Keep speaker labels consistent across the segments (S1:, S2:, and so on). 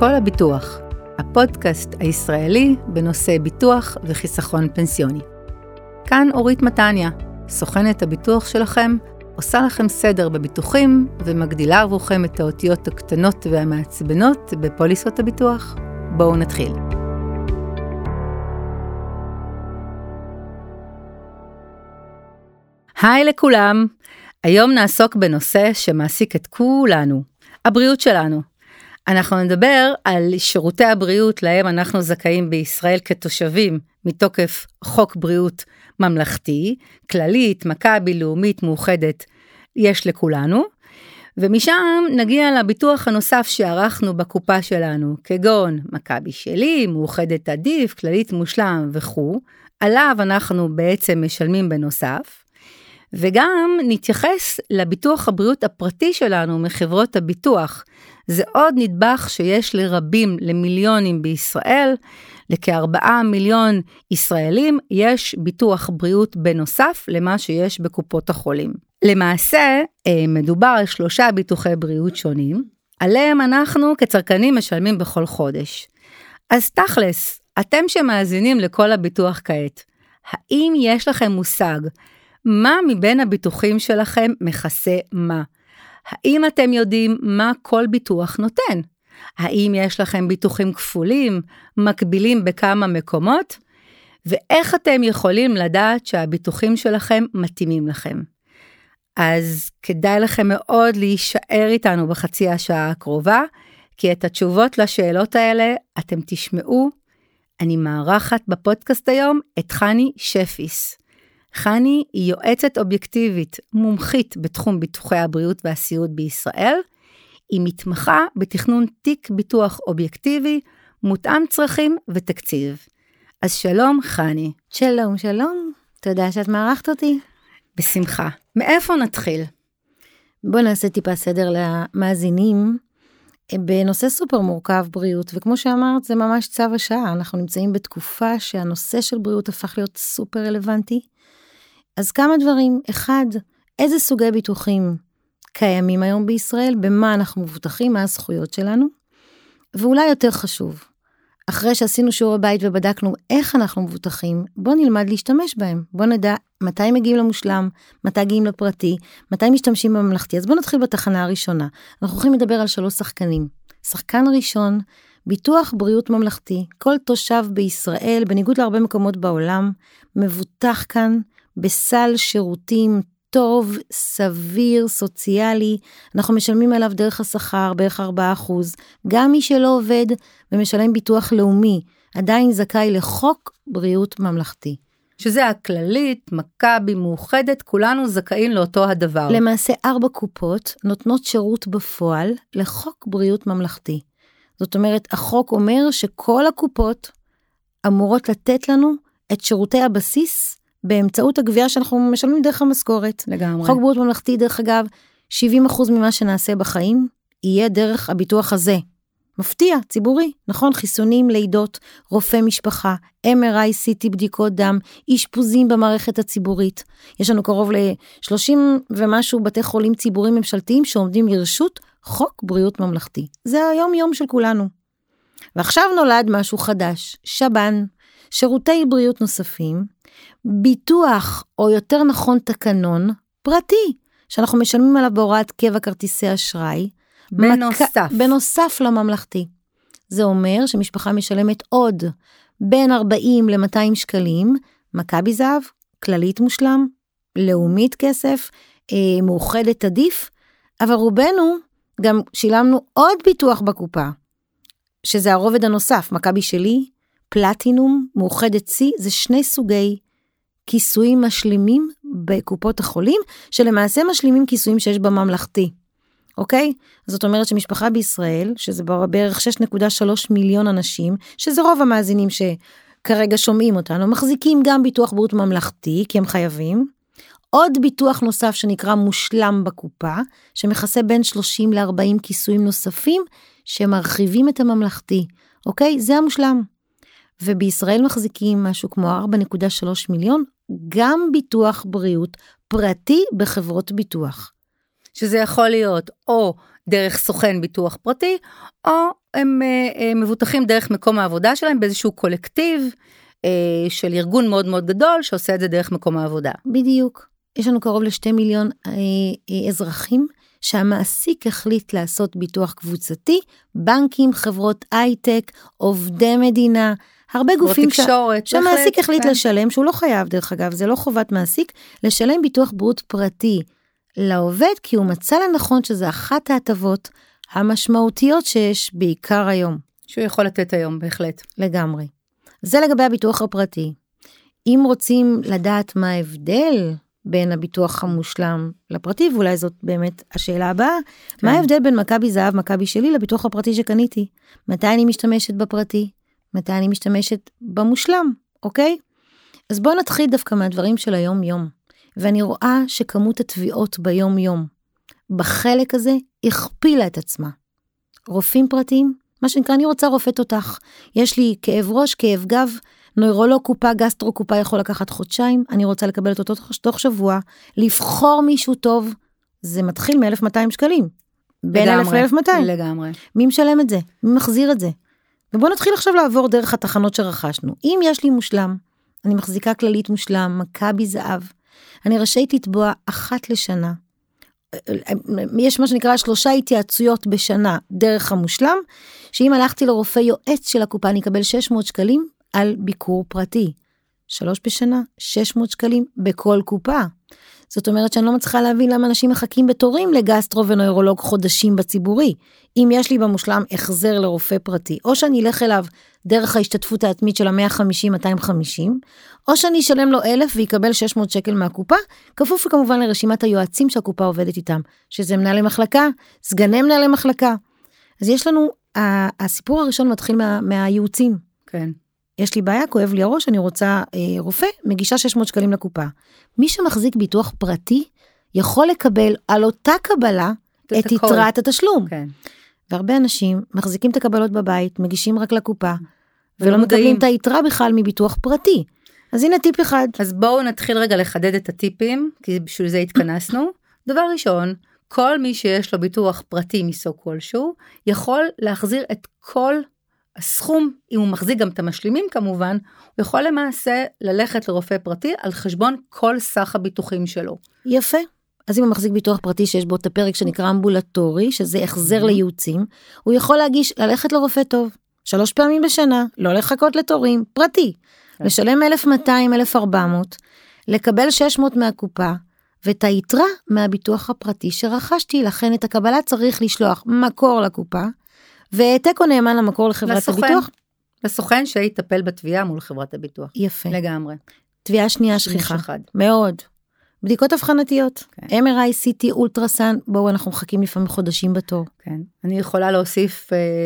S1: כל הביטוח, הפודקאסט הישראלי בנושא ביטוח וחיסכון פנסיוני. כאן אורית מתניה, סוכנת הביטוח שלכם, עושה לכם סדר בביטוחים ומגדילה עבורכם את האותיות הקטנות והמעצבנות בפוליסות הביטוח. בואו נתחיל. היי לכולם, היום נעסוק בנושא שמעסיק את כולנו, הבריאות שלנו. אנחנו נדבר על שירותי הבריאות להם אנחנו זכאים בישראל כתושבים מתוקף חוק בריאות ממלכתי, כללית, מכבי, לאומית, מאוחדת, יש לכולנו, ומשם נגיע לביטוח הנוסף שערכנו בקופה שלנו, כגון מכבי שלי, מאוחדת עדיף, כללית מושלם וכו', עליו אנחנו בעצם משלמים בנוסף, וגם נתייחס לביטוח הבריאות הפרטי שלנו מחברות הביטוח. זה עוד נדבך שיש לרבים, למיליונים בישראל, לכ4 מיליון ישראלים, יש ביטוח בריאות בנוסף למה שיש בקופות החולים. למעשה, מדובר על 3 ביטוחי בריאות שונים, עליהם אנחנו כצרכנים משלמים בכל חודש. אז תכלס, אתם שמאזינים לכל הביטוח כעת, האם יש לכם מושג מה מבין הביטוחים שלכם מכסה מה? האם אתם יודעים מה כל ביטוח נותן? האם יש לכם ביטוחים כפולים, מקבילים בכמה מקומות? ואיך אתם יכולים לדעת שהביטוחים שלכם מתאימים לכם? אז כדאי לכם מאוד להישאר איתנו בחצי השעה הקרובה, כי את התשובות לשאלות האלה אתם תשמעו. אני מארחת בפודקאסט היום את חני שפיס. חני היא יועצת אובייקטיבית, מומחית בתחום ביטוחי הבריאות והסיעוד בישראל. היא מתמחה בתכנון תיק ביטוח אובייקטיבי, מותאם צרכים ותקציב. אז שלום חני.
S2: שלום, שלום. תודה שאת מארחת אותי.
S1: בשמחה. מאיפה נתחיל?
S2: בוא נעשה טיפה סדר למאזינים. בנושא סופר מורכב בריאות, וכמו שאמרת, זה ממש צו השעה. אנחנו נמצאים בתקופה שהנושא של בריאות הפך להיות סופר רלוונטי. אז כמה דברים. 1, איזה סוגי ביטוחים קיימים היום בישראל, במה אנחנו מבוטחים, מה הזכויות שלנו, ואולי יותר חשוב, אחרי שעשינו שיעורי בית ובדקנו איך אנחנו מבוטחים, בוא נלמד להשתמש בהם, בוא נדע מתי מגיעים למושלם, מתי מגיעים לפרטי, מתי משתמשים בממלכתי. אז בוא נתחיל בתחנה הראשונה. אנחנו הולכים לדבר על 3 שחקנים. שחקן ראשון, ביטוח בריאות ממלכתי. כל תושב בישראל, בניגוד להרבה מקומות בעולם, מבוטח כאן בסל שירותים טוב, סביר, סוציאלי. אנחנו משלמים עליו דרך השכר, בערך 4%. גם מי שלא עובד ומשלם ביטוח לאומי, עדיין זכאי לחוק בריאות ממלכתי.
S1: שזה הכללית, מכבי, מאוחדת, כולנו זכאים לאותו הדבר.
S2: למעשה 4 קופות נותנות שירות בפועל לחוק בריאות ממלכתי. זאת אומרת, החוק אומר שכל הקופות אמורות לתת לנו את שירותי הבסיס באמצעות הגבייה שאנחנו משלמים דרך המשכורת.
S1: לגמרי.
S2: חוק בריאות ממלכתי, דרך אגב, 70% ממה שנעשה בחיים, יהיה דרך הביטוח הזה. מפתיע, ציבורי, נכון? חיסונים, לידות, רופא משפחה, MRI, CT, בדיקות דם, אשפוזים במערכת הציבורית. יש לנו קרוב ל-30 ומשהו בתי חולים ציבוריים ממשלתיים שעומדים לרשות חוק בריאות ממלכתי. זה היום יום של כולנו. ועכשיו נולד משהו חדש, שב"ן, שירותי בריאות נוספים, ביטוח, או יותר נכון תקנון, פרטי, שאנחנו משלמים עליו בהוראת קבע כרטיסי אשראי, בנוסף לממלכתי. זה אומר שמשפחה משלמת עוד בין 40 ל-200 שקלים, מכבי זהב, כללית מושלם, לאומית כסף, מאוחדת עדיף, אבל רובנו גם שילמנו עוד ביטוח בקופה, שזה הרובד הנוסף, מכבי שלי, פלטינום, מאוחדת C, זה 2 סוגי כיסויים משלימים בקופות החולים, שלמעשה משלימים כיסויים שיש בממלכתי. אוקיי? זאת אומרת שמשפחה בישראל, שזה בערך 6.3 מיליון אנשים, שזה רוב המאזינים שכרגע שומעים אותנו, מחזיקים גם ביטוח בריאות ממלכתי, כי הם חייבים, עוד ביטוח נוסף שנקרא מושלם בקופה, שמכסה בין 30 ל-40 כיסויים נוספים, שמרחיבים את הממלכתי. אוקיי? זה המושלם. ובישראל מחזיקים משהו כמו 4.3 מיליון, גם ביטוח בריאות פרטי בחברות ביטוח.
S1: שזה יכול להיות או דרך סוכן ביטוח פרטי, או הם מבוטחים דרך מקום העבודה שלהם, באיזשהו קולקטיב של ארגון מאוד מאוד גדול, שעושה את זה דרך מקום העבודה.
S2: בדיוק. יש לנו קרוב ל2 מיליון אזרחים, שהמעסיק החליט לעשות ביטוח קבוצתי, בנקים, חברות הייטק, עובדי מדינה, הרבה גופים שהמעסיק החליט לשלם, שהוא לא חייב דרך אגב, זה לא חובת מעסיק, לשלם ביטוח בריאות פרטי לעובד, כי הוא מצא לנכון שזה אחת ההטבות המשמעותיות שיש בעיקר היום.
S1: שהוא יכול לתת היום, בהחלט.
S2: לגמרי. זה לגבי הביטוח הפרטי. אם רוצים לדעת מה ההבדל בין הביטוח המושלם לפרטי, ואולי זאת באמת השאלה הבאה, כן. מה ההבדל בין מכבי זהב, מכבי שלי, לביטוח הפרטי שקניתי? מתי אני משתמשת בפרטי? מתי אני משתמשת במושלם, אוקיי? אז בואו נתחיל דווקא מהדברים של היום-יום. ואני רואה שכמות התביעות ביום-יום, בחלק הזה, הכפילה את עצמה. רופאים פרטיים, מה שנקרא, אני רוצה רופא תותח. יש לי כאב ראש, כאב גב, נוירולוג קופה, גסטרו קופה יכול לקחת חודשיים, אני רוצה לקבל אותו תוך שבוע, לבחור מישהו טוב, זה מתחיל מ-1,200 שקלים. בין 1,000 ל-1,200.
S1: לגמרי.
S2: מי משלם את זה? מי מחזיר את זה? ובואו נתחיל עכשיו לעבור דרך התחנות שרכשנו. אם יש לי מושלם, אני מחזיקה כללית מושלם, מכבי זהב, אני רשאית לתבוע אחת לשנה. יש מה שנקרא 3 התייעצויות בשנה דרך המושלם, שאם הלכתי לרופא יועץ של הקופה, אני אקבל 600 שקלים על ביקור פרטי. 3 בשנה, 600 שקלים בכל קופה. זאת אומרת שאני לא מצליחה להבין למה אנשים מחכים בתורים לגסטרו ונוירולוג חודשים בציבורי. אם יש לי במושלם החזר לרופא פרטי, או שאני אלך אליו דרך ההשתתפות העצמית של ה-150-250, או שאני אשלם לו 1,000 ויקבל 600 שקל מהקופה, כפוף כמובן לרשימת היועצים שהקופה עובדת איתם, שזה מנהלי מחלקה, סגני מנהלי מחלקה. אז יש לנו, הסיפור הראשון מתחיל מהייעוצים.
S1: כן.
S2: יש לי בעיה, כואב לי הראש, אני רוצה רופא, מגישה 600 שקלים לקופה. מי שמחזיק ביטוח פרטי, יכול לקבל על אותה קבלה את יתרת התשלום.
S1: כן.
S2: והרבה אנשים מחזיקים את הקבלות בבית, מגישים רק לקופה, ולא מקבלים את היתרה בכלל מביטוח פרטי. אז הנה טיפ אחד.
S1: אז בואו נתחיל רגע לחדד את הטיפים, כי בשביל זה התכנסנו. דבר ראשון, כל מי שיש לו ביטוח פרטי מסוג כלשהו, יכול להחזיר את כל הסכום, אם הוא מחזיק גם את המשלימים כמובן, הוא יכול למעשה ללכת לרופא פרטי על חשבון כל סך הביטוחים שלו.
S2: יפה. אז אם הוא מחזיק ביטוח פרטי שיש בו את הפרק שנקרא אמבולטורי, שזה החזר לייעוצים, הוא יכול ללכת לרופא טוב, 3 פעמים בשנה, לא לחכות לתורים, פרטי. לשלם 1,200, 1,400, לקבל 600 מהקופה, ואת היתרה מהביטוח הפרטי שרכשתי, לכן את הקבלה צריך לשלוח מקור לקופה, והעתק או נאמן למקור לחברת הביטוח.
S1: לסוכן שיטפל בתביעה מול חברת הביטוח.
S2: יפה.
S1: לגמרי.
S2: תביעה שנייה שכיחה. מאוד. בדיקות הבחנתיות. כן. MRI, CT, אולטרסאונד, בואו אנחנו מחכים לפעמים חודשים בתור.
S1: כן. אני יכולה להוסיף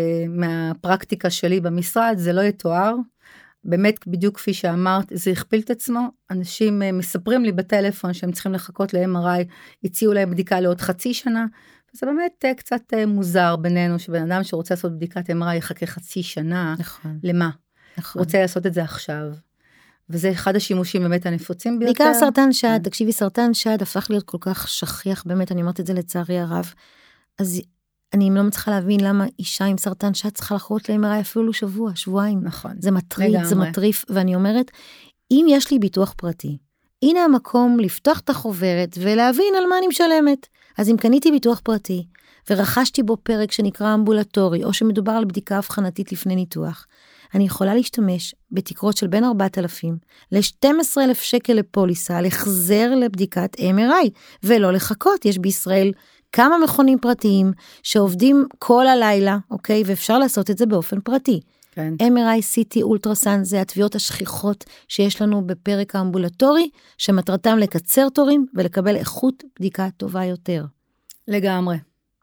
S1: מהפרקטיקה שלי במשרד, זה לא יתואר. באמת, בדיוק כפי שאמרת, זה הכפיל את עצמו. אנשים מספרים לי בטלפון שהם צריכים לחכות ל-MRI, הציעו להם בדיקה לעוד חצי שנה. זה באמת קצת מוזר בינינו, שבן אדם שרוצה לעשות בדיקת MRI יחכה חצי שנה.
S2: נכון.
S1: למה?
S2: נכון.
S1: רוצה לעשות את זה עכשיו. וזה אחד השימושים באמת הנפוצים ביותר.
S2: בעיקר סרטן שד, תקשיבי, סרטן שד הפך להיות כל כך שכיח, באמת, אני אומרת את זה לצערי הרב. אז אני לא מצליחה להבין למה אישה עם סרטן שד צריכה לחכות ל-MRI אפילו שבוע, שבועיים.
S1: נכון.
S2: זה מטריד, זה מטריף, ואני אומרת, אם יש לי ביטוח פרטי, הנה המקום לפתוח את החוברת ולהבין על מה אני משלמת. אז אם קניתי ביטוח פרטי, ורכשתי בו פרק שנקרא אמבולטורי, או שמדובר על בדיקה הבחנתית לפני ניתוח, אני יכולה להשתמש בתקרות של בין 4,000 ל-12,000 שקל לפוליסה, לחזר לבדיקת MRI, ולא לחכות. יש בישראל כמה מכונים פרטיים, שעובדים כל הלילה, אוקיי? ואפשר לעשות את זה באופן פרטי.
S1: כן.
S2: MRI, CT, אולטרסאונד, זה התביעות השכיחות שיש לנו בפרק האמבולטורי, שמטרתם לקצר תורים ולקבל איכות בדיקה טובה יותר.
S1: לגמרי.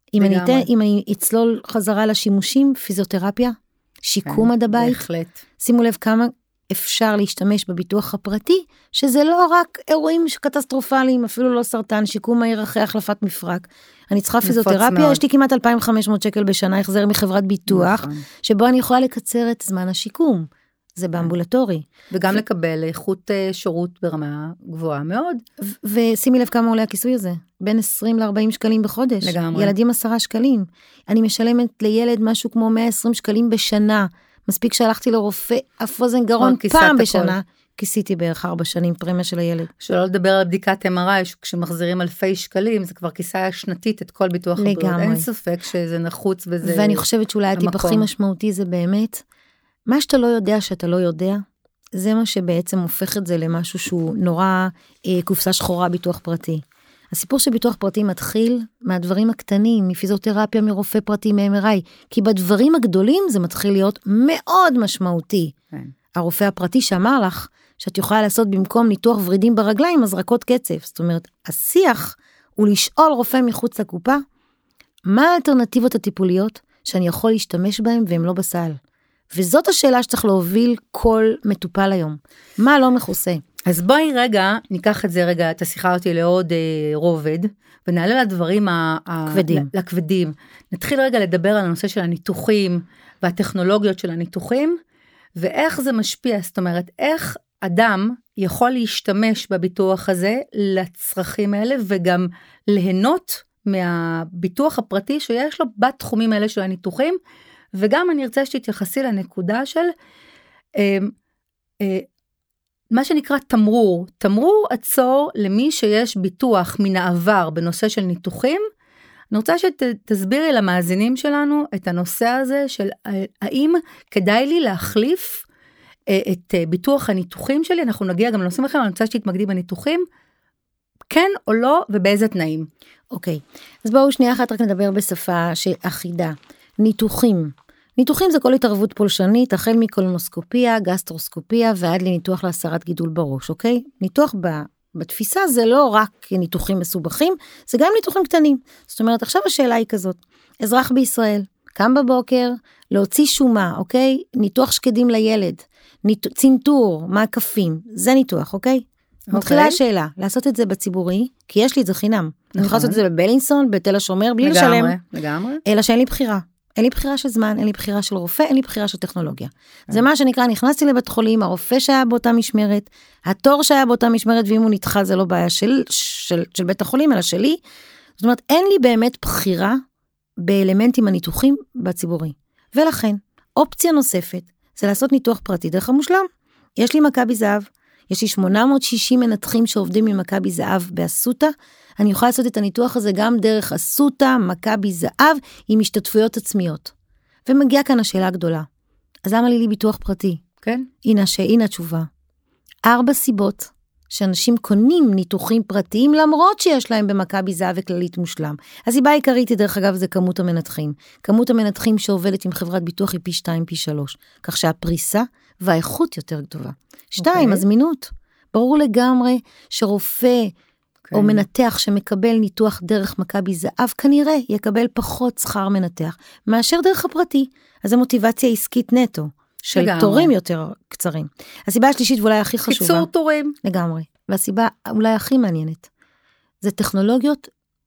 S2: אם אני אצלול חזרה לשימושים, פיזיותרפיה, שיקום עד הבית,
S1: בהחלט.
S2: שימו לב כמה אפשר להשתמש בביטוח הפרטי, שזה לא רק אירועים קטסטרופליים, אפילו לא סרטן, שיקום מהיר אחרי החלפת מפרק. אני צריכה פיזיותרפיה, יש לי כמעט 2,500 שקל בשנה, החזר מחברת ביטוח, שבו אני יכולה לקצר את זמן השיקום. זה באמבולטורי.
S1: וגם לקבל איכות שירות ברמה גבוהה מאוד.
S2: ושימי לב כמה עולה הכיסוי הזה, בין 20 ל-40 שקלים בחודש.
S1: לגמרי.
S2: ילדים 10 שקלים. אני משלמת לילד משהו כמו 120 שקלים בשנה. מספיק שהלכתי לרופא אף אוזן גרון פעם בשנה. כיסיתי בערך 4 שנים פרמיה של הילד.
S1: שלא לדבר על בדיקת MRI, כשמחזירים אלפי שקלים, זה כבר כיסה שנתית את כל ביטוח הבריאות. אין ספק שזה נחוץ וזה...
S2: ואני חושבת שאולי הטיפ הכי משמעותי זה באמת, מה שאתה לא יודע שאתה לא יודע, זה מה שבעצם הופך את זה למשהו שהוא נורא קופסה שחורה ביטוח פרטי. הסיפור של ביטוח פרטי מתחיל מהדברים הקטנים, מפיזיותרפיה, מרופא פרטי, מ-MRI, כי בדברים הגדולים זה מתחיל להיות מאוד משמעותי.
S1: כן.
S2: הרופא הפרטי שאמר לך, שאת יכולה לעשות במקום ניתוח ורידים ברגליים, הזרקות קצף. זאת אומרת, השיח הוא לשאול רופא מחוץ לקופה, מה האלטרנטיבות הטיפוליות שאני יכול להשתמש בהן והם לא בסל. וזאת השאלה שצריך להוביל כל מטופל היום. מה לא מכוסה?
S1: אז בואי רגע, ניקח את זה רגע, את השיחה אותי לעוד רובד, ונעלה לדברים לכבדים. נתחיל רגע לדבר על הנושא של הניתוחים, והטכנולוגיות של הניתוחים, ואיך זה משפיע, זאת אומרת, איך אדם יכול להשתמש בביטוח הזה לצרכים האלה, וגם ליהנות מהביטוח הפרטי שיש לו בתחומים האלה של הניתוחים, וגם אני ארצה שתתייחסי לנקודה של מה שנקרא תמרור. תמרור עצור למי שיש ביטוח מן העבר בנושא של ניתוחים. אני רוצה שתסבירי למאזינים שלנו את הנושא הזה של האם כדאי לי להחליף את ביטוח הניתוחים שלי. אנחנו נגיע גם לנושאים אחרים, אני רוצה שתתמקדי בניתוחים, כן או לא ובאיזה תנאים.
S2: אוקיי, אז בואו שנייה אחת רק נדבר בשפה אחידה. ניתוחים זה כל התערבות פולשנית, החל מקולונוסקופיה, גסטרוסקופיה, ועד לניתוח להסרת גידול בראש, אוקיי? ניתוח בתפיסה זה לא רק ניתוחים מסובכים, זה גם ניתוחים קטנים. זאת אומרת, עכשיו השאלה היא כזאת, אזרח בישראל, קם בבוקר, להוציא שומה, אוקיי? ניתוח שקדים לילד, צנתור, מעקפים, זה ניתוח, אוקיי? מתחילה השאלה, לעשות את זה בציבורי, כי יש לי את זה חינם. אני יכולה לעשות את זה בבלינסון, בתל השומר, בלי לשלם.
S1: לגמרי.
S2: אלא שאין לי בחירה. אין לי בחירה של זמן, אין לי בחירה של רופא, אין לי בחירה של טכנולוגיה. זה מה שנקרא, נכנסתי לבית חולים, הרופא שהיה באותה משמרת, התור שהיה באותה משמרת, ואם הוא נדחה זה לא בעיה של בית החולים, אלא שלי. זאת אומרת, אין לי באמת בחירה באלמנטים הניתוחים בציבורי. ולכן, אופציה נוספת, זה לעשות ניתוח פרטי דרך המושלם. יש לי מכבי זהב, יש לי 860 מנתחים שעובדים ממכבי זהב באסותא, אני יכולה לעשות את הניתוח הזה גם דרך אסותא, מכבי זהב, עם השתתפויות עצמיות. ומגיעה כאן השאלה הגדולה. אז למה לי ביטוח פרטי?
S1: כן.
S2: הנה התשובה. 4 סיבות שאנשים קונים ניתוחים פרטיים, למרות שיש להם במכבי זהב וכללית מושלם. הסיבה העיקרית היא דרך אגב זה כמות המנתחים. כמות המנתחים שעובדת עם חברת ביטוח היא פי 2, פי 3. כך שהפריסה והאיכות יותר גדולה. 2, הזמינות. ברור לגמרי שרופא או מנתח שמקבל ניתוח דרך מכבי זהב, כנראה יקבל פחות שכר מנתח, מאשר דרך הפרטי. אז זה מוטיבציה עסקית נטו, של תורים יותר קצרים. הסיבה השלישית ואולי הכי חשובה.
S1: קיצור תורים.
S2: לגמרי. והסיבה אולי הכי מעניינת, זה טכנולוגיות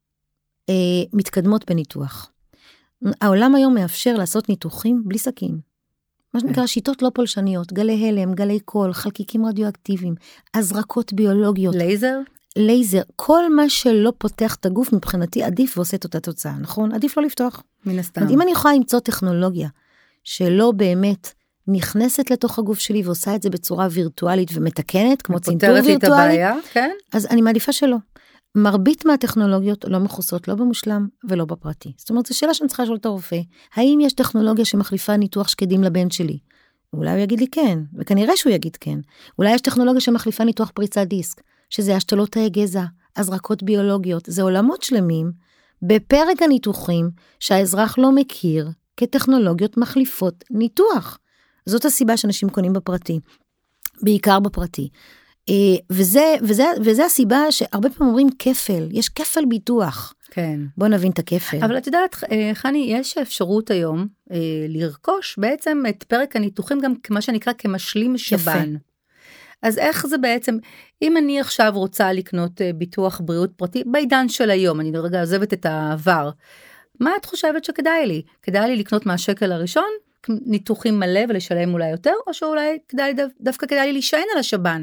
S2: מתקדמות בניתוח. העולם היום מאפשר לעשות ניתוחים בלי סכין. מה שנקרא שיטות לא פולשניות, גלי הלם, גלי קול, חלקיקים רדיואקטיביים, הזרקות ביולוגיות. לייזר, כל מה שלא פותח את הגוף מבחינתי עדיף ועושה את אותה תוצאה, נכון? עדיף לא לפתוח.
S1: מן הסתם.
S2: אם אני יכולה למצוא טכנולוגיה שלא באמת נכנסת לתוך הגוף שלי ועושה את זה בצורה וירטואלית ומתקנת, כמו צנתור וירטואלי,
S1: כן?
S2: אז אני מעדיפה שלא. מרבית מהטכנולוגיות לא מכוסות, לא במושלם ולא בפרטי. זאת אומרת, זו שאלה שאני צריכה לשאול את הרופא, האם יש טכנולוגיה שמחליפה ניתוח שקדים לבן שלי? אולי הוא יגיד לי כן, וכנראה שהוא יגיד כן. אולי יש טכנולוגיה שמחליפה ניתוח פריצת דיסק, שזה השתלות תאי גזע, הזרקות ביולוגיות, זה עולמות שלמים, בפרק הניתוחים שהאזרח לא מכיר כטכנולוגיות מחליפות ניתוח. זאת הסיבה שאנשים קונים בפרטי, בעיקר בפרטי. וזה הסיבה שהרבה פעמים אומרים כפל, יש כפל ביטוח.
S1: כן.
S2: בוא נבין את הכפל.
S1: אבל את יודעת, חני, יש אפשרות היום לרכוש בעצם את פרק הניתוחים גם מה שנקרא כמשלים שבן. יפה. אז איך זה בעצם, אם אני עכשיו רוצה לקנות ביטוח בריאות פרטי, בעידן של היום, אני רגע עוזבת את העבר, מה את חושבת שכדאי לי? כדאי לי לקנות מהשקל הראשון? ניתוחים מלא ולשלם אולי יותר, או שאולי דווקא כדאי לי להישען על השב"ן.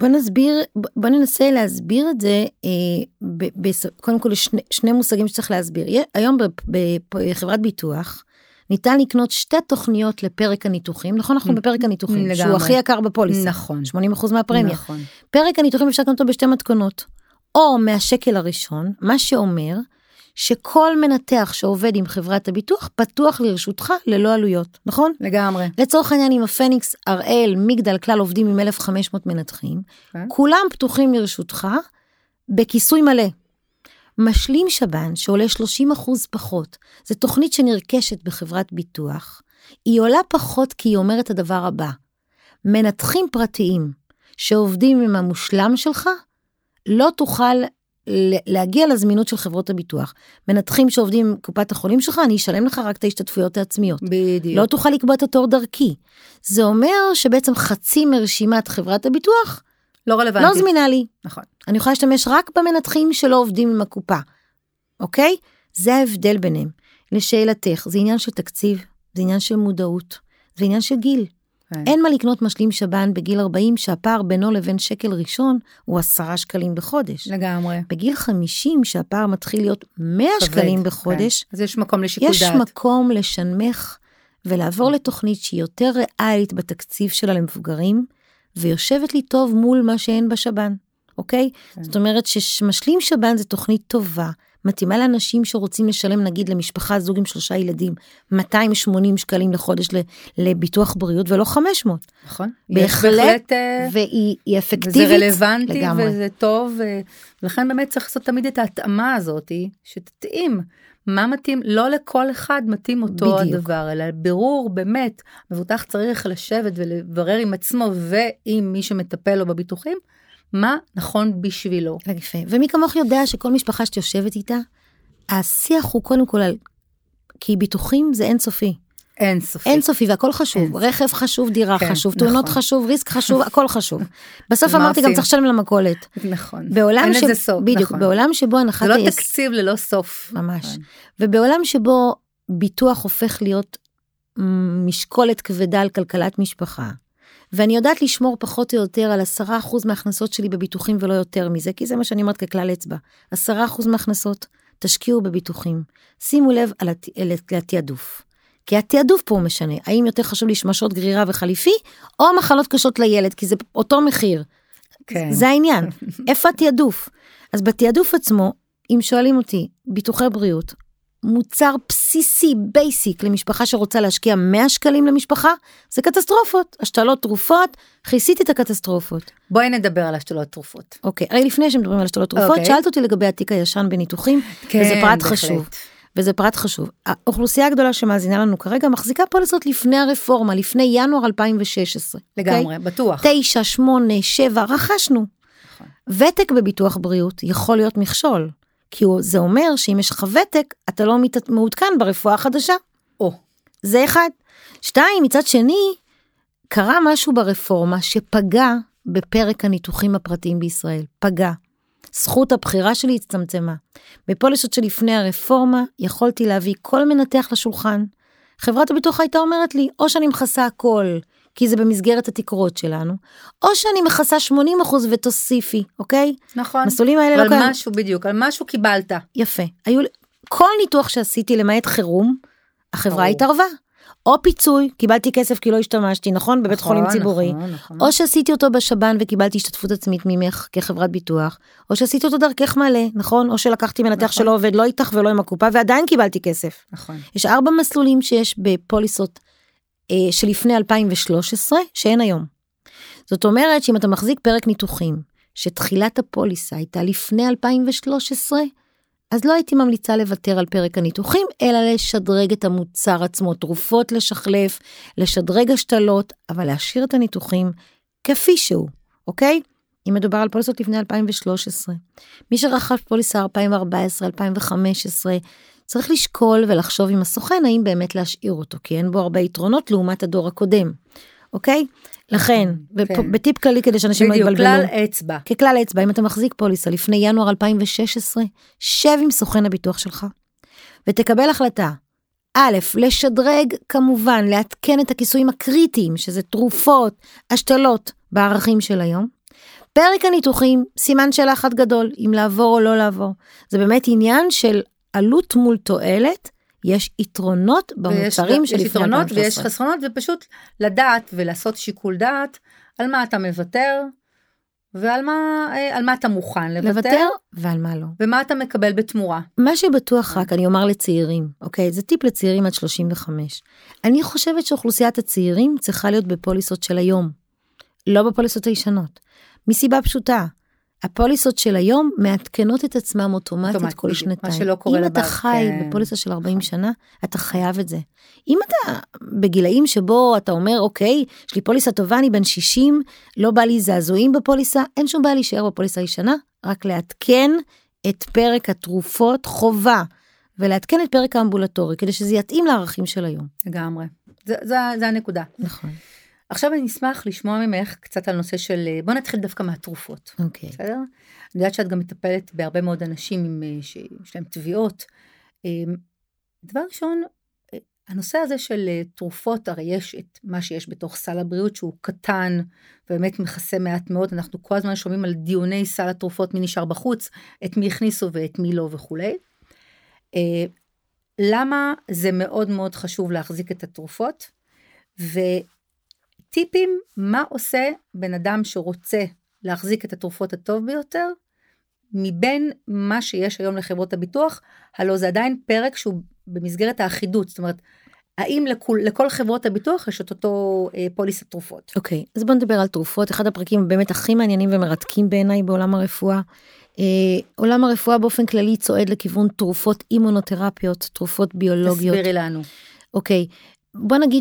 S2: בוא ננסה להסביר את זה, קודם כל שני מושגים שצריך להסביר. היום בחברת ביטוח, ניתן לקנות 2 תוכניות לפרק הניתוחים, נכון? אנחנו בפרק הניתוחים, שהוא הכי יקר בפוליסה.
S1: נכון.
S2: 80% מהפרמיה.
S1: נכון.
S2: פרק הניתוחים אפשר לקנות אותו ב2 מתכונות, או מהשקל הראשון, מה שאומר שכל מנתח שעובד עם חברת הביטוח, פתוח לרשותך ללא עלויות, נכון?
S1: לגמרי.
S2: לצורך העניין עם הפניקס, הראל, מגדל, כלל עובדים עם 1,500 מנתחים, כולם פתוחים לרשותך בכיסוי מלא. משלים שב"ן שעולה 30% פחות, זו תוכנית שנרכשת בחברת ביטוח, היא עולה פחות כי היא אומרת הדבר הבא, מנתחים פרטיים שעובדים עם המושלם שלך, לא תוכל להגיע לזמינות של חברות הביטוח. מנתחים שעובדים עם קופת החולים שלך, אני אשלם לך רק את ההשתתפויות העצמיות.
S1: בדיוק.
S2: לא תוכל לקבוע את התור דרכי. זה אומר שבעצם חצי מרשימת חברת הביטוח,
S1: לא רלוונטית.
S2: לא זמינה לי.
S1: נכון.
S2: אני יכולה להשתמש רק במנתחים שלא עובדים עם הקופה. אוקיי? זה ההבדל ביניהם. לשאלתך, זה עניין של תקציב, זה עניין של מודעות, זה עניין של גיל. אין מה לקנות משלים שב"ן בגיל 40, שהפער בינו לבין שקל ראשון, הוא 10 שקלים בחודש.
S1: לגמרי.
S2: בגיל 50, שהפער מתחיל להיות 100 שקלים בחודש,
S1: אז יש מקום לשיקול דעת.
S2: יש מקום לשנמך, ולעבור לתוכנית שהיא יותר ריאלית בתקציב שלה למבוגרים, ויושבת לי טוב מול מה שאין בשב"ן, אוקיי? זאת אומרת שמשלים שב"ן זה תוכנית טובה, מתאימה לאנשים שרוצים לשלם, נגיד למשפחה, זוג עם 3 ילדים, 280 שקלים לחודש לביטוח בריאות, ולא 500.
S1: נכון.
S2: בהחלט, והיא אפקטיבית.
S1: וזה רלוונטי,
S2: לגמרי.
S1: וזה טוב, ולכן באמת צריך לעשות תמיד את ההתאמה הזאת, שתתאים. מה מתאים? לא לכל אחד מתאים אותו בדיוק. הדבר, אלא ברור, באמת, מבוטח צריך לשבת ולברר עם עצמו, ועם מי שמטפל לו בביטוחים, מה נכון בשבילו.
S2: יפה. ומי כמוך יודע שכל משפחה שאת יושבת איתה, השיח הוא קודם כל על, כי ביטוחים זה אינסופי.
S1: אינסופי.
S2: אינסופי, והכל חשוב. רכב חשוב, דירה חשוב, תאונות חשוב, ריסק חשוב, הכל חשוב. בסוף אמרתי גם צריך לשלם למכולת.
S1: נכון.
S2: אין לזה סוף. בדיוק, בעולם שבו הנחת
S1: זה לא תקציב ללא סוף.
S2: ממש. ובעולם שבו ביטוח הופך להיות משקולת כבדה על כלכלת משפחה, ואני יודעת לשמור פחות או יותר על 10% מההכנסות שלי בביטוחים ולא יותר מזה, כי זה מה שאני אומרת ככלל אצבע. 10% מההכנסות תשקיעו בביטוחים. שימו לב על התיעדוף. כי התיעדוף פה הוא משנה. האם יותר חשוב לי שמשות גרירה וחליפי, או מחלות קשות לילד, כי זה אותו מחיר. כן. זה העניין. איפה התיעדוף? אז בתיעדוף עצמו, אם שואלים אותי, ביטוחי בריאות, מוצר בסיסי, בייסיק, למשפחה שרוצה להשקיע 100 שקלים למשפחה, זה קטסטרופות. השתלות תרופות, כיסיתי את הקטסטרופות.
S1: בואי נדבר על השתלות תרופות.
S2: אוקיי, הרי לפני שמדברים על השתלות תרופות, שאלת אותי לגבי התיק הישן בניתוחים, וזה פרט חשוב. וזה פרט חשוב. האוכלוסייה הגדולה שמאזינה לנו כרגע, מחזיקה פוליסות לפני הרפורמה, לפני ינואר 2016.
S1: לגמרי, בטוח.
S2: 9, 8, 7, רכשנו. ותק בביטוח בריאות יכול להיות מכשול. כי זה אומר שאם יש לך ותק, אתה לא מעודכן ברפואה החדשה. זה אחד. 2, מצד שני, קרה משהו ברפורמה שפגע בפרק הניתוחים הפרטיים בישראל. פגע. זכות הבחירה שלי הצטמצמה. בפוליסות שלפני הרפורמה, יכולתי להביא כל מנתח לשולחן. חברת הביטוח הייתה אומרת לי, או שאני מכסה הכל, כי זה במסגרת התקרות שלנו, או שאני מכסה 80% ותוסיפי, אוקיי?
S1: נכון.
S2: מסלולים האלה לא קיים.
S1: על משהו בדיוק, על משהו קיבלת.
S2: יפה. כל ניתוח שעשיתי למעט חירום, החברה התערבה. או פיצוי, קיבלתי כסף כי לא השתמשתי, נכון? בבית חולים ציבורי. או שעשיתי אותו בשב"ן וקיבלתי השתתפות עצמית ממך כחברת ביטוח, או שעשיתי אותו דרכך מלא, נכון? או שלקחתי מנתח שלא עובד, לא איתך ולא עם הקופה, ועדיין קיבלתי כסף.
S1: נכון.
S2: יש 4 מסלולים שיש בפוליסות שלפני 2013, שאין היום. זאת אומרת שאם אתה מחזיק פרק ניתוחים, שתחילת הפוליסה הייתה לפני 2013, אז לא הייתי ממליצה לוותר על פרק הניתוחים, אלא לשדרג את המוצר עצמו, תרופות לשחלף, לשדרג השתלות, אבל להשאיר את הניתוחים כפי שהוא, אוקיי? אם מדובר על פוליסות לפני 2013, מי שרכש פוליסה 2014, 2015, צריך לשקול ולחשוב עם הסוכן, האם באמת להשאיר אותו, כי אין בו הרבה יתרונות לעומת הדור הקודם, אוקיי? לכן, בטיפ כללי כדי שאנשים לא יתבלבלו.
S1: כלל אצבע.
S2: ככלל אצבע, אם אתה מחזיק פוליסה לפני ינואר 2016, שב עם סוכן הביטוח שלך, ותקבל החלטה, א', לשדרג כמובן, לעדכן את הכיסויים הקריטיים, שזה תרופות, השתלות, בערכים של היום. פרק הניתוחים, סימן שאלה אחד גדול, אם לעבור או לא לעבור. זה באמת עניין של עלות מול תועלת, יש יתרונות במוצרים של לפני 2013.
S1: יש יתרונות ויש חסרונות, ופשוט לדעת ולעשות שיקול דעת, על מה אתה מוותר, ועל מה אתה מוכן לוותר,
S2: ועל מה לא.
S1: ומה אתה מקבל בתמורה.
S2: מה שבטוח רק, אני אומר לצעירים, אוקיי? זה טיפ לצעירים עד 35. אני חושבת שאוכלוסיית הצעירים צריכה להיות בפוליסות של היום, לא בפוליסות הישנות. מסיבה פשוטה, הפוליסות של היום מעדכנות את עצמם אוטומטית כל שנתיים.
S1: מה שלא קורה
S2: אם אתה חי בפוליסה של 40 שנה, אתה חייב את זה. אם אתה בגילאים שבו אתה אומר, אוקיי, יש לי פוליסה טובה, אני בן 60, לא בא לי זעזועים בפוליסה, אין שום בעיה להישאר בפוליסה הישנה, רק לעדכן את פרק התרופות חובה, ולעדכן את פרק האמבולטורי, כדי שזה יתאים לערכים של היום.
S1: לגמרי. זה הנקודה.
S2: נכון.
S1: עכשיו אני אשמח לשמוע ממך קצת על נושא של, בוא נתחיל דווקא מהתרופות.
S2: אוקיי.
S1: בסדר? אני יודעת שאת גם מטפלת בהרבה מאוד אנשים שיש להם תביעות. דבר ראשון, הנושא הזה של תרופות, הרי יש את מה שיש בתוך סל הבריאות, שהוא קטן, ובאמת מכסה מעט מאוד, אנחנו כל הזמן שומעים על דיוני סל התרופות, מי נשאר בחוץ, את מי הכניסו ואת מי לא וכו'. למה זה מאוד מאוד חשוב להחזיק את התרופות, טיפים, מה עושה בן אדם שרוצה להחזיק את התרופות הטוב ביותר, מבין מה שיש היום לחברות הביטוח, הלא זה עדיין פרק שהוא במסגרת האחידות, זאת אומרת, האם לכל חברות הביטוח יש את אותו פוליסת תרופות?
S2: אוקיי, אז בוא נדבר על תרופות, אחד הפרקים באמת הכי מעניינים ומרתקים בעיניי בעולם הרפואה. עולם הרפואה באופן כללי צועד לכיוון תרופות אימונותרפיות, תרופות ביולוגיות.
S1: תסבירי לנו.
S2: אוקיי, בוא נגיד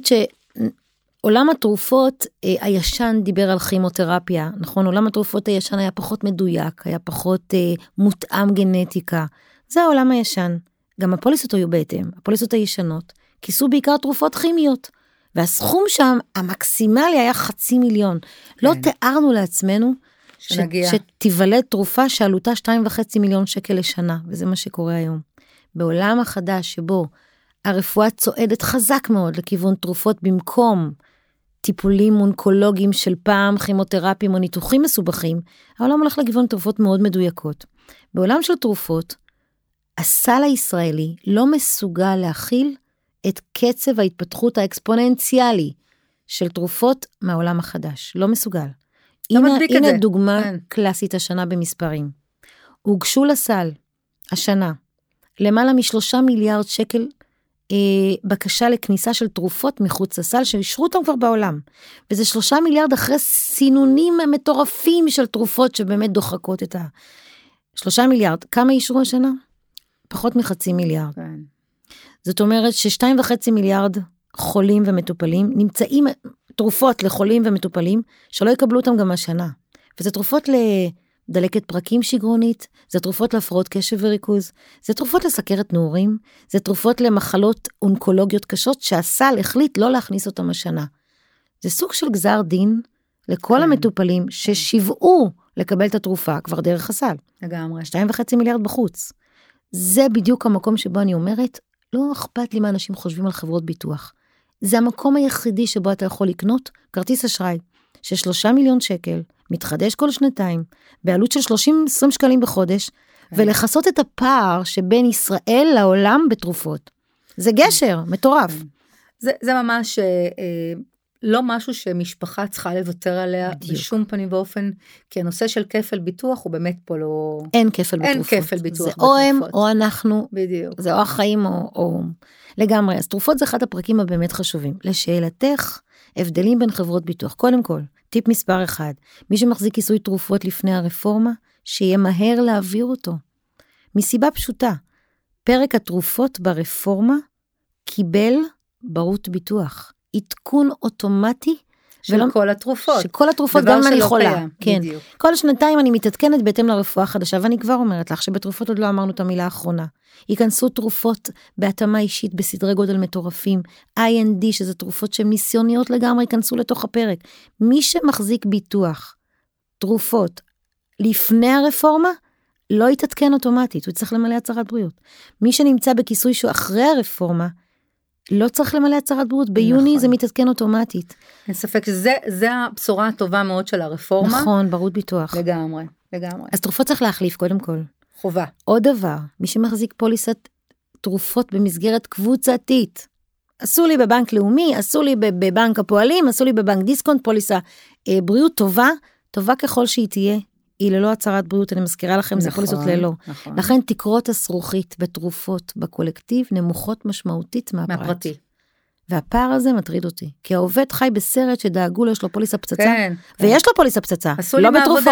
S2: עולם התרופות הישן דיבר על כימותרפיה, נכון? עולם התרופות הישן היה פחות מדויק, היה פחות מותאם גנטיקה. זה העולם הישן. גם הפוליסות היו בהתאם, הפוליסות הישנות, כיסו בעיקר תרופות כימיות, והסכום שם, המקסימלי היה 500,000. כן. לא תיארנו לעצמנו שתיוולד תרופה שעלותה 2.5 מיליון שקל לשנה, וזה מה שקורה היום. בעולם החדש שבו הרפואה צועדת חזק מאוד לכיוון תרופות במקום טיפולים אונקולוגיים של פעם, כימותרפיים או ניתוחים מסובכים, העולם הולך לכיוון תרופות מאוד מדויקות. בעולם של תרופות, הסל הישראלי לא מסוגל להכיל את קצב ההתפתחות האקספוננציאלי של תרופות מהעולם החדש. לא מסוגל. הנה דוגמה קלאסית השנה במספרים. הוגשו לסל השנה למעלה מ3 מיליארד שקל בקשה לכניסה של תרופות מחוץ לסל, שאישרו אותם כבר בעולם. וזה 3 מיליארד אחרי סינונים מטורפים של תרופות שבאמת דוחקות את 3 מיליארד. כמה אישרו השנה? פחות מ0.5 מיליארד.
S1: כן.
S2: זאת אומרת ש2.5 מיליארד חולים ומטופלים, נמצאים תרופות לחולים ומטופלים, שלא יקבלו אותם גם השנה. וזה תרופות דלקת פרקים שגרונית, זה תרופות להפרעות קשב וריכוז, זה תרופות לסכרת נעורים, זה תרופות למחלות אונקולוגיות קשות, שהסל החליט לא להכניס אותם השנה. זה סוג של גזר דין לכל המטופלים ששיוועו לקבל את התרופה כבר דרך הסל.
S1: לגמרי.
S2: 2.5 מיליארד בחוץ. זה בדיוק המקום שבו אני אומרת, לא אכפת לי מה אנשים חושבים על חברות ביטוח. זה המקום היחידי שבו אתה יכול לקנות כרטיס אשראי, של 3 מיליון שקל, מתחדש כל שנתיים, בעלות של 20 שקלים בחודש, ולחסות את הפער שבין ישראל לעולם בתרופות. זה גשר, מטורף.
S1: זה ממש לא משהו שמשפחה צריכה לוותר עליה, בשום פנים ואופן, כי הנושא של כפל ביטוח הוא באמת פה לא...
S2: אין כפל בתרופות.
S1: אין כפל ביטוח
S2: בתרופות. זה או הם או אנחנו.
S1: בדיוק.
S2: זה או החיים או... לגמרי. אז תרופות זה אחד הפרקים הבאמת חשובים. לשאלתך, הבדלים בין חברות ביטוח. קודם כל, טיפ מספר 1, מי שמחזיק כיסוי תרופות לפני הרפורמה, שיהיה מהר להעביר אותו. מסיבה פשוטה, פרק התרופות ברפורמה קיבל ברות ביטוח. עדכון אוטומטי.
S1: של כל התרופות.
S2: שכל התרופות גם אם אני חולה. כן.
S1: בדיוק.
S2: כל שנתיים אני מתעדכנת בהתאם לרפואה החדשה, ואני כבר אומרת לך שבתרופות עוד לא אמרנו את המילה האחרונה. ייכנסו תרופות בהתאמה אישית בסדרי גודל מטורפים, IND, שזה תרופות שהן ניסיוניות לגמרי, ייכנסו לתוך הפרק. מי שמחזיק ביטוח, תרופות, לפני הרפורמה, לא יתעדכן אוטומטית, הוא צריך למלא הצהרת בריאות. מי שנמצא בכיסוי שהוא אחרי הרפורמה, לא צריך למלא הצהרת בריאות, ביוני
S1: נכון.
S2: זה מתעדכן אוטומטית.
S1: אין ספק שזה הבשורה הטובה מאוד של הרפורמה.
S2: נכון, ברות ביטוח.
S1: לגמרי.
S2: אז תרופות צריך להחליף קודם כל.
S1: חובה.
S2: עוד דבר, מי שמחזיק פוליסת תרופות במסגרת קבוצתית, עשו לי בבנק לאומי, עשו לי בבנק הפועלים, עשו לי בבנק דיסקונט, פוליסה בריאות טובה ככל שהיא תהיה, היא ללא הצהרת בריאות, אני מזכירה לכם, זה פוליסות ללא.
S1: נכון.
S2: לכן תקרות הזכוכית בתרופות בקולקטיב נמוכות משמעותית מהפרטי. והפער הזה מטריד אותי, כי העובד חי בסרט שדאגו לו, יש לו פוליסה פצצה,
S1: כן,
S2: ויש לו פוליסה פצצה, לא בתרופות,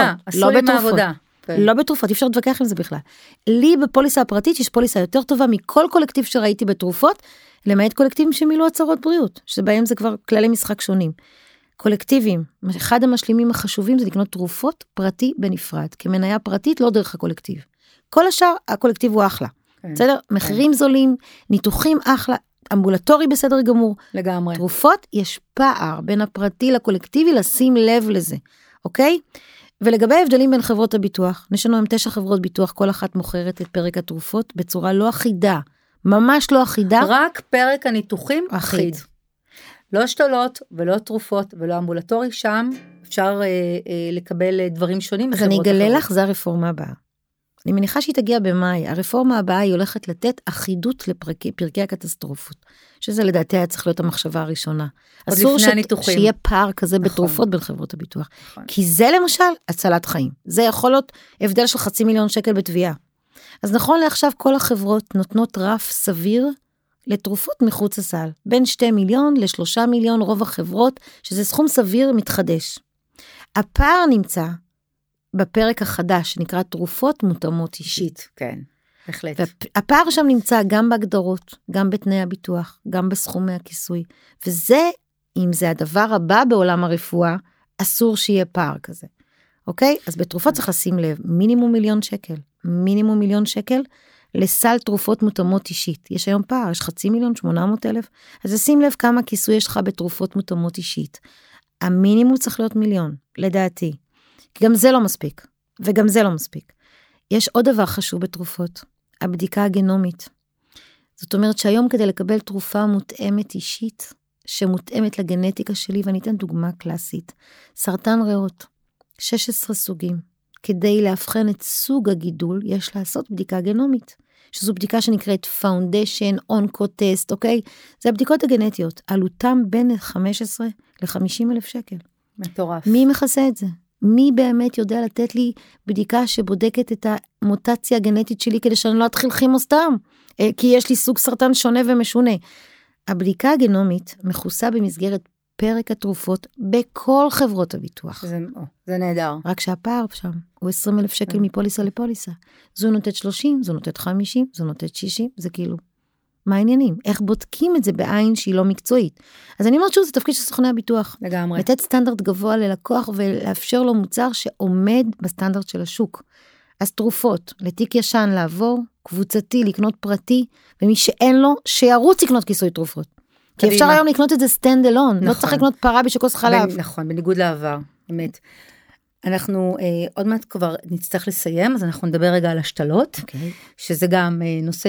S2: לא בתרופות, אי אפשר להתווכח עם זה בכלל. לי בפוליסה הפרטית יש פוליסה יותר טובה מכל קולקטיב שראיתי בתרופות, למעט קולקטיבים שמילאו הצהרות בריאות, שבהם זה כבר כללי משחק שונים. קולקטיבים, אחד המשלימים החשובים זה לקנות תרופות פרטי בנפרד, כמניה פרטית לא דרך הקולקטיב. כל השאר הקולקטיב הוא אחלה, בסדר? מחירים זולים, ניתוחים אחלה, אמבולטורי בסדר גמור.
S1: לגמרי.
S2: תרופות, יש פער בין הפרטי לקולקטיבי, לשים לב לזה, אוקיי? ולגבי ההבדלים בין חברות הביטוח, יש לנו 9 חברות ביטוח, כל אחת מוכרת את פרק התרופות בצורה לא אחידה, ממש לא אחידה.
S1: רק פרק הניתוחים אחיד. לא השתלות ולא תרופות ולא אמבולטורי, שם אפשר לקבל דברים שונים.
S2: אז אני אגלה לך, זה הרפורמה הבאה. אני מניחה שהיא תגיע במאי, הרפורמה הבאה היא הולכת לתת אחידות לפרקי הקטסטרופות, שזה לדעתי היה צריך להיות המחשבה הראשונה. אסור שיהיה פער כזה בתרופות בין חברות הביטוח, כי זה למשל הצלת חיים, זה יכול להיות הבדל של $500,000 בתביעה. אז נכון לעכשיו כל החברות נותנות רף סביר לתרופות מחוץ לסל, בין 2 מיליון ל3 מיליון רוב החברות, שזה סכום סביר מתחדש. הפער נמצא בפרק החדש, שנקרא תרופות מותאמות אישית.
S1: כן, בהחלט.
S2: הפער שם נמצא גם בהגדרות, גם בתנאי הביטוח, גם בסכומי הכיסוי, וזה, אם זה הדבר הבא בעולם הרפואה, אסור שיהיה פער כזה. אוקיי? אז בתרופות צריך לשים לב, מינימום $1,000,000 לסל תרופות מותאמות אישית. יש היום פער, יש 500,000, אז שים לב כמה כיסוי יש לך בתרופות מותאמות אישית. המינימום צריך להיות 1,000,000, לדעתי. כי גם זה לא מספיק, וגם זה לא מספיק. יש עוד דבר חשוב בתרופות, הבדיקה הגנומית. זאת אומרת שהיום כדי לקבל תרופה מותאמת אישית, שמותאמת לגנטיקה שלי, ואני אתן דוגמה קלאסית, סרטן ריאות, 16 סוגים, כדי להבחן את סוג הגידול, יש לעשות בדיקה גנומית, שזו בדיקה שנקראת Foundation Oncotest, אוקיי? זה הבדיקות הגנטיות, עלותם בין 15 ל-50,000 $.
S1: מטורף.
S2: מי מכסה את זה? מי באמת יודע לתת לי בדיקה שבודקת את המוטציה הגנטית שלי, כדי שאני לא אתחיל כימו סתם, כי יש לי סוג סרטן שונה ומשונה. הבדיקה הגנומית מכוסה במסגרת פרק התרופות בכל חברות הביטוח.
S1: זה נהדר.
S2: רק שהפער שם הוא 20,000 שקל מפוליסה לפוליסה. זו נותנת 30, זו נותנת 50, זו נותנת 60, זה כאילו, מה העניינים? איך בודקים את זה בעין שהיא לא מקצועית? אז אני אומרת שוב, זה תפקיד של סוכני הביטוח.
S1: לגמרי.
S2: לתת סטנדרט גבוה ללקוח ולאפשר לו מוצר שעומד בסטנדרט של השוק. אז תרופות, לתיק ישן לעבור, קבוצתי, לקנות פרטי, ומי שאין לו, שירוץ לקנות כיסוי תרופות. כי אפשר היום לקנות את זה סטנד אלון, לא צריך לקנות פרה בשקוס חלב.
S1: נכון, בניגוד לעבר, באמת. אנחנו עוד מעט כבר נצטרך לסיים, אז אנחנו נדבר רגע על השתלות, שזה גם נושא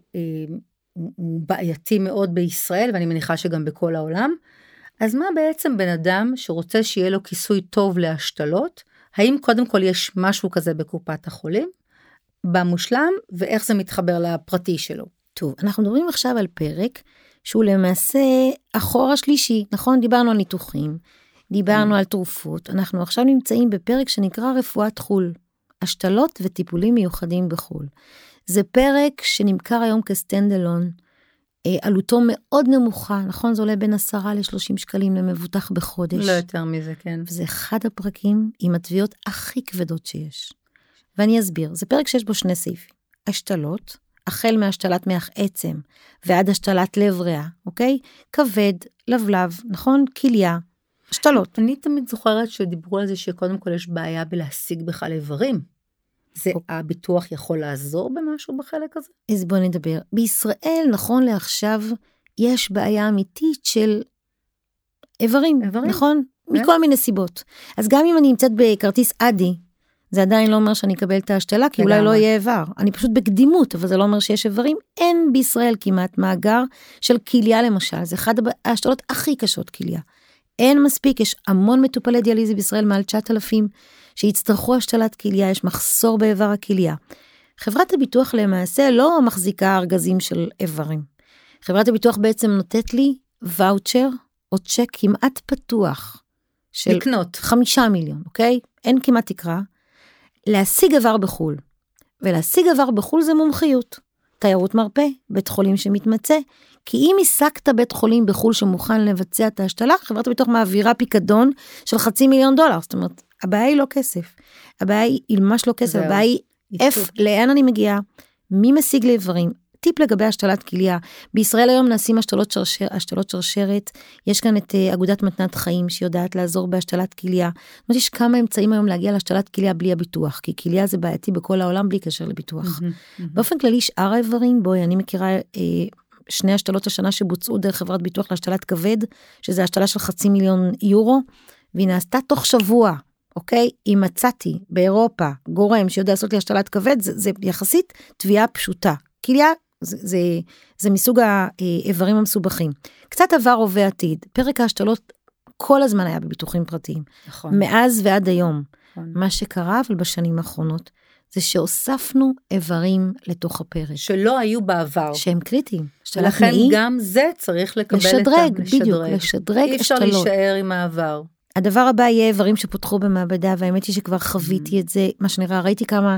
S1: שהוא בעייתי מאוד בישראל, ואני מניחה שגם בכל העולם. אז מה בעצם בן אדם שרוצה שיהיה לו כיסוי טוב להשתלות, האם קודם כל יש משהו כזה בקופת החולים, במושלם, ואיך זה מתחבר לפרטי שלו?
S2: טוב, אנחנו מדברים עכשיו על פרק, שהוא למעשה אחורה שלישי, נכון? דיברנו על ניתוחים, דיברנו על תרופות, אנחנו עכשיו נמצאים בפרק שנקרא רפואת חול, השתלות וטיפולים מיוחדים בחול. זה פרק שנמכר היום כסטנד אלון, עלותו מאוד נמוכה, נכון? זה עולה בין 10 ל-30 שקלים למבוטח בחודש.
S1: לא יותר מזה, כן.
S2: וזה אחד הפרקים עם התביעות הכי כבדות שיש. ואני אסביר, זה פרק שיש בו 2 סעיפים. השתלות, החל מהשתלת מח עצם ועד השתלת לב ריאה, אוקיי? כבד, לבלב, נכון? כליה, השתלות.
S1: אני תמיד זוכרת שדיברו על זה שקודם כל יש בעיה בלהשיג בכלל איברים. זה הביטוח יכול לעזור במשהו בחלק הזה?
S2: אז בוא נדבר. בישראל, נכון לעכשיו, יש בעיה אמיתית של איברים. נכון? מכל מיני סיבות. אז גם אם אני נמצאת בכרטיס אדי, זה עדיין לא אומר שאני אקבל את ההשתלה, כי אולי לא יהיה איבר. אני פשוט בקדימות, אבל זה לא אומר שיש איברים. אין בישראל כמעט מאגר של כליה למשל. זה אחד ההשתלות הכי קשות כליה. אין מספיק, יש המון מטופלי דיאליזה בישראל, מעל 9,000, שיצטרכו השתלת כליה, יש מחסור באיבר הכליה. חברת הביטוח למעשה לא מחזיקה ארגזים של איברים. חברת הביטוח בעצם נותנת לי ואוצ'ר, או צ'ק כמעט פתוח, של
S1: לקנות
S2: 5 מיליון, אוקיי? אין כמעט תקרה. להשיג איבר בחול. ולהשיג איבר בחול זה מומחיות. תיירות מרפא, בית חולים שמתמצא, כי אם השגת בית חולים בחול שמוכן לבצע את ההשתלה, חברת הביטוח מעבירה פיקדון של $500,000. זאת אומרת, הבעיה היא לא כסף. הבעיה היא ממש לא כסף, הבעיה היא לאן אני מגיעה, מי משיג לי איברים. טיפ לגבי השתלת כליה, בישראל היום נעשים השתלות שרשרת, יש כאן את אגודת מתנת חיים שיודעת לעזור בהשתלת כליה, זאת אומרת יש כמה אמצעים היום להגיע להשתלת כליה בלי הביטוח, כי כליה זה בעייתי בכל העולם בלי קשר לביטוח. באופן כללי שאר האיברים, בואי אני מכירה 2 השתלות השנה שבוצעו דרך חברת ביטוח להשתלת כבד, שזה השתלה של €500,000, והיא נעשתה תוך שבוע, אוקיי? אם מצאתי באירופה גורם שיודע לעשות לי השתלת כבד, זה יחסית תביעה פשוטה. כליה זה מסוג האיברים המסובכים. קצת עבר הווה עתיד. פרק ההשתלות כל הזמן היה בביטוחים פרטיים.
S1: נכון.
S2: מאז ועד היום.
S1: נכון.
S2: מה שקרה, אבל בשנים האחרונות, זה שהוספנו איברים לתוך הפרק.
S1: שלא היו בעבר.
S2: שהם קריטיים.
S1: ולכן גם זה צריך לקבל
S2: לשדרג, בדיוק, לשדרג
S1: אי אפשר
S2: השתלות.
S1: להישאר עם העבר.
S2: הדבר הבא יהיה איברים שפותחו במעבדה, והאמת היא שכבר חוויתי את זה, מה שנראה, ראיתי כמה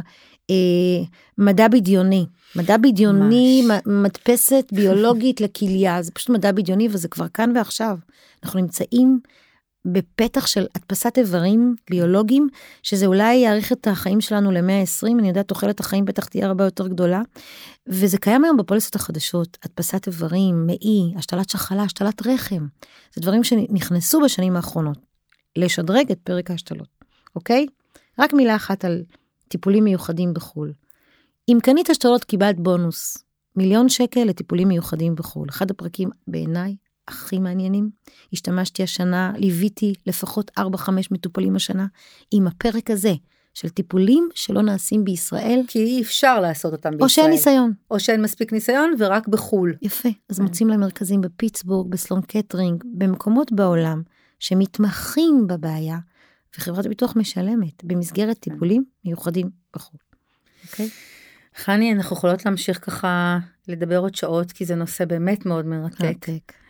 S2: מדע בדיוני. מדע בדיוני, מדפסת ביולוגית לכליה, זה פשוט מדע בדיוני, וזה כבר כאן ועכשיו. אנחנו נמצאים בפתח של הדפסת איברים ביולוגיים, שזה אולי יאריך את החיים שלנו ל-120, אני יודעת, תוחלת החיים בטח תהיה הרבה יותר גדולה, וזה קיים היום בפוליסות החדשות, הדפסת איברים, מעי, השתלת שחלה, השתלת רחם, זה דברים שנכנסו בשנים האחרונות, לשדרג את פרק ההשתלות, אוקיי? רק מילה אחת על טיפולים מיוחדים בחול. אם קנית השתלות קיבלת בונוס, $1,000,000 לטיפולים מיוחדים בחול. אחד הפרקים בעיניי הכי מעניינים. השתמשתי השנה, ליוויתי לפחות 4-5 מטופלים השנה, עם הפרק הזה של טיפולים שלא נעשים בישראל.
S1: כי אי אפשר לעשות אותם בישראל.
S2: או שאין ניסיון.
S1: או שאין מספיק ניסיון ורק בחול.
S2: יפה. אז מוצאים להם מרכזים בפיטסבורג, בסלון קטרינג, במקומות בעולם שמתמחים בבעיה, וחברת הביטוח משלמת במסגרת טיפולים מיוחדים בחול. אוקיי?
S1: חני, אנחנו יכולות להמשיך ככה לדבר עוד שעות, כי זה נושא באמת מאוד מרתק.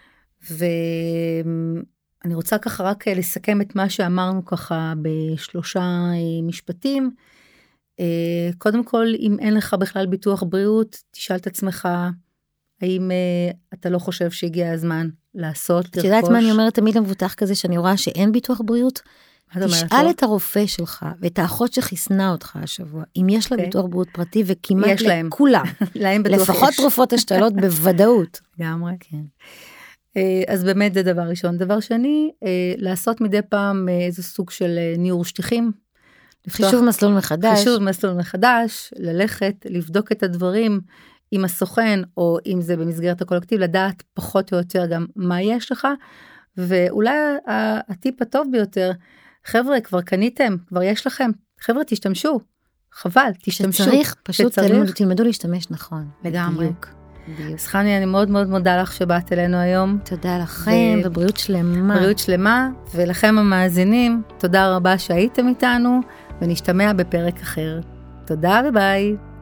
S1: ואני רוצה ככה רק לסכם את מה שאמרנו ככה ב3 משפטים. קודם כל, אם אין לך בכלל ביטוח בריאות, תשאל את עצמך, האם אתה לא חושב שהגיע הזמן לעשות,
S2: לרכוש? את יודעת מה אני אומרת תמיד למבוטח כזה, שאני רואה שאין ביטוח בריאות? תשאל את הרופא שלך, ואת האחות שחיסנה אותך השבוע, אם יש לה ביטוח בריאות פרטי, וכמעט לכולם, לפחות תרופות השתלות בוודאות.
S1: לגמרי, כן. אז באמת זה דבר ראשון. דבר שני, לעשות מדי פעם איזה סוג של ניעור שטיחים.
S2: חישוב מסלול מחדש.
S1: חישוב מסלול מחדש, ללכת, לבדוק את הדברים עם הסוכן, או אם זה במסגרת הקולקטיב, לדעת פחות או יותר גם מה יש לך, ואולי הטיפ הטוב ביותר, חבר'ה, כבר קניתם, כבר יש לכם, חבר'ה, תשתמשו, חבל, תשתמשו.
S2: שצריך, פשוט תלמדו להשתמש נכון.
S1: לגמרי. אז חני, אני מאוד מאוד מודה לך שבאת אלינו היום.
S2: תודה לכם, ובריאות שלמה.
S1: בריאות שלמה, ולכם המאזינים, תודה רבה שהייתם איתנו, ונשתמע בפרק אחר. תודה וביי.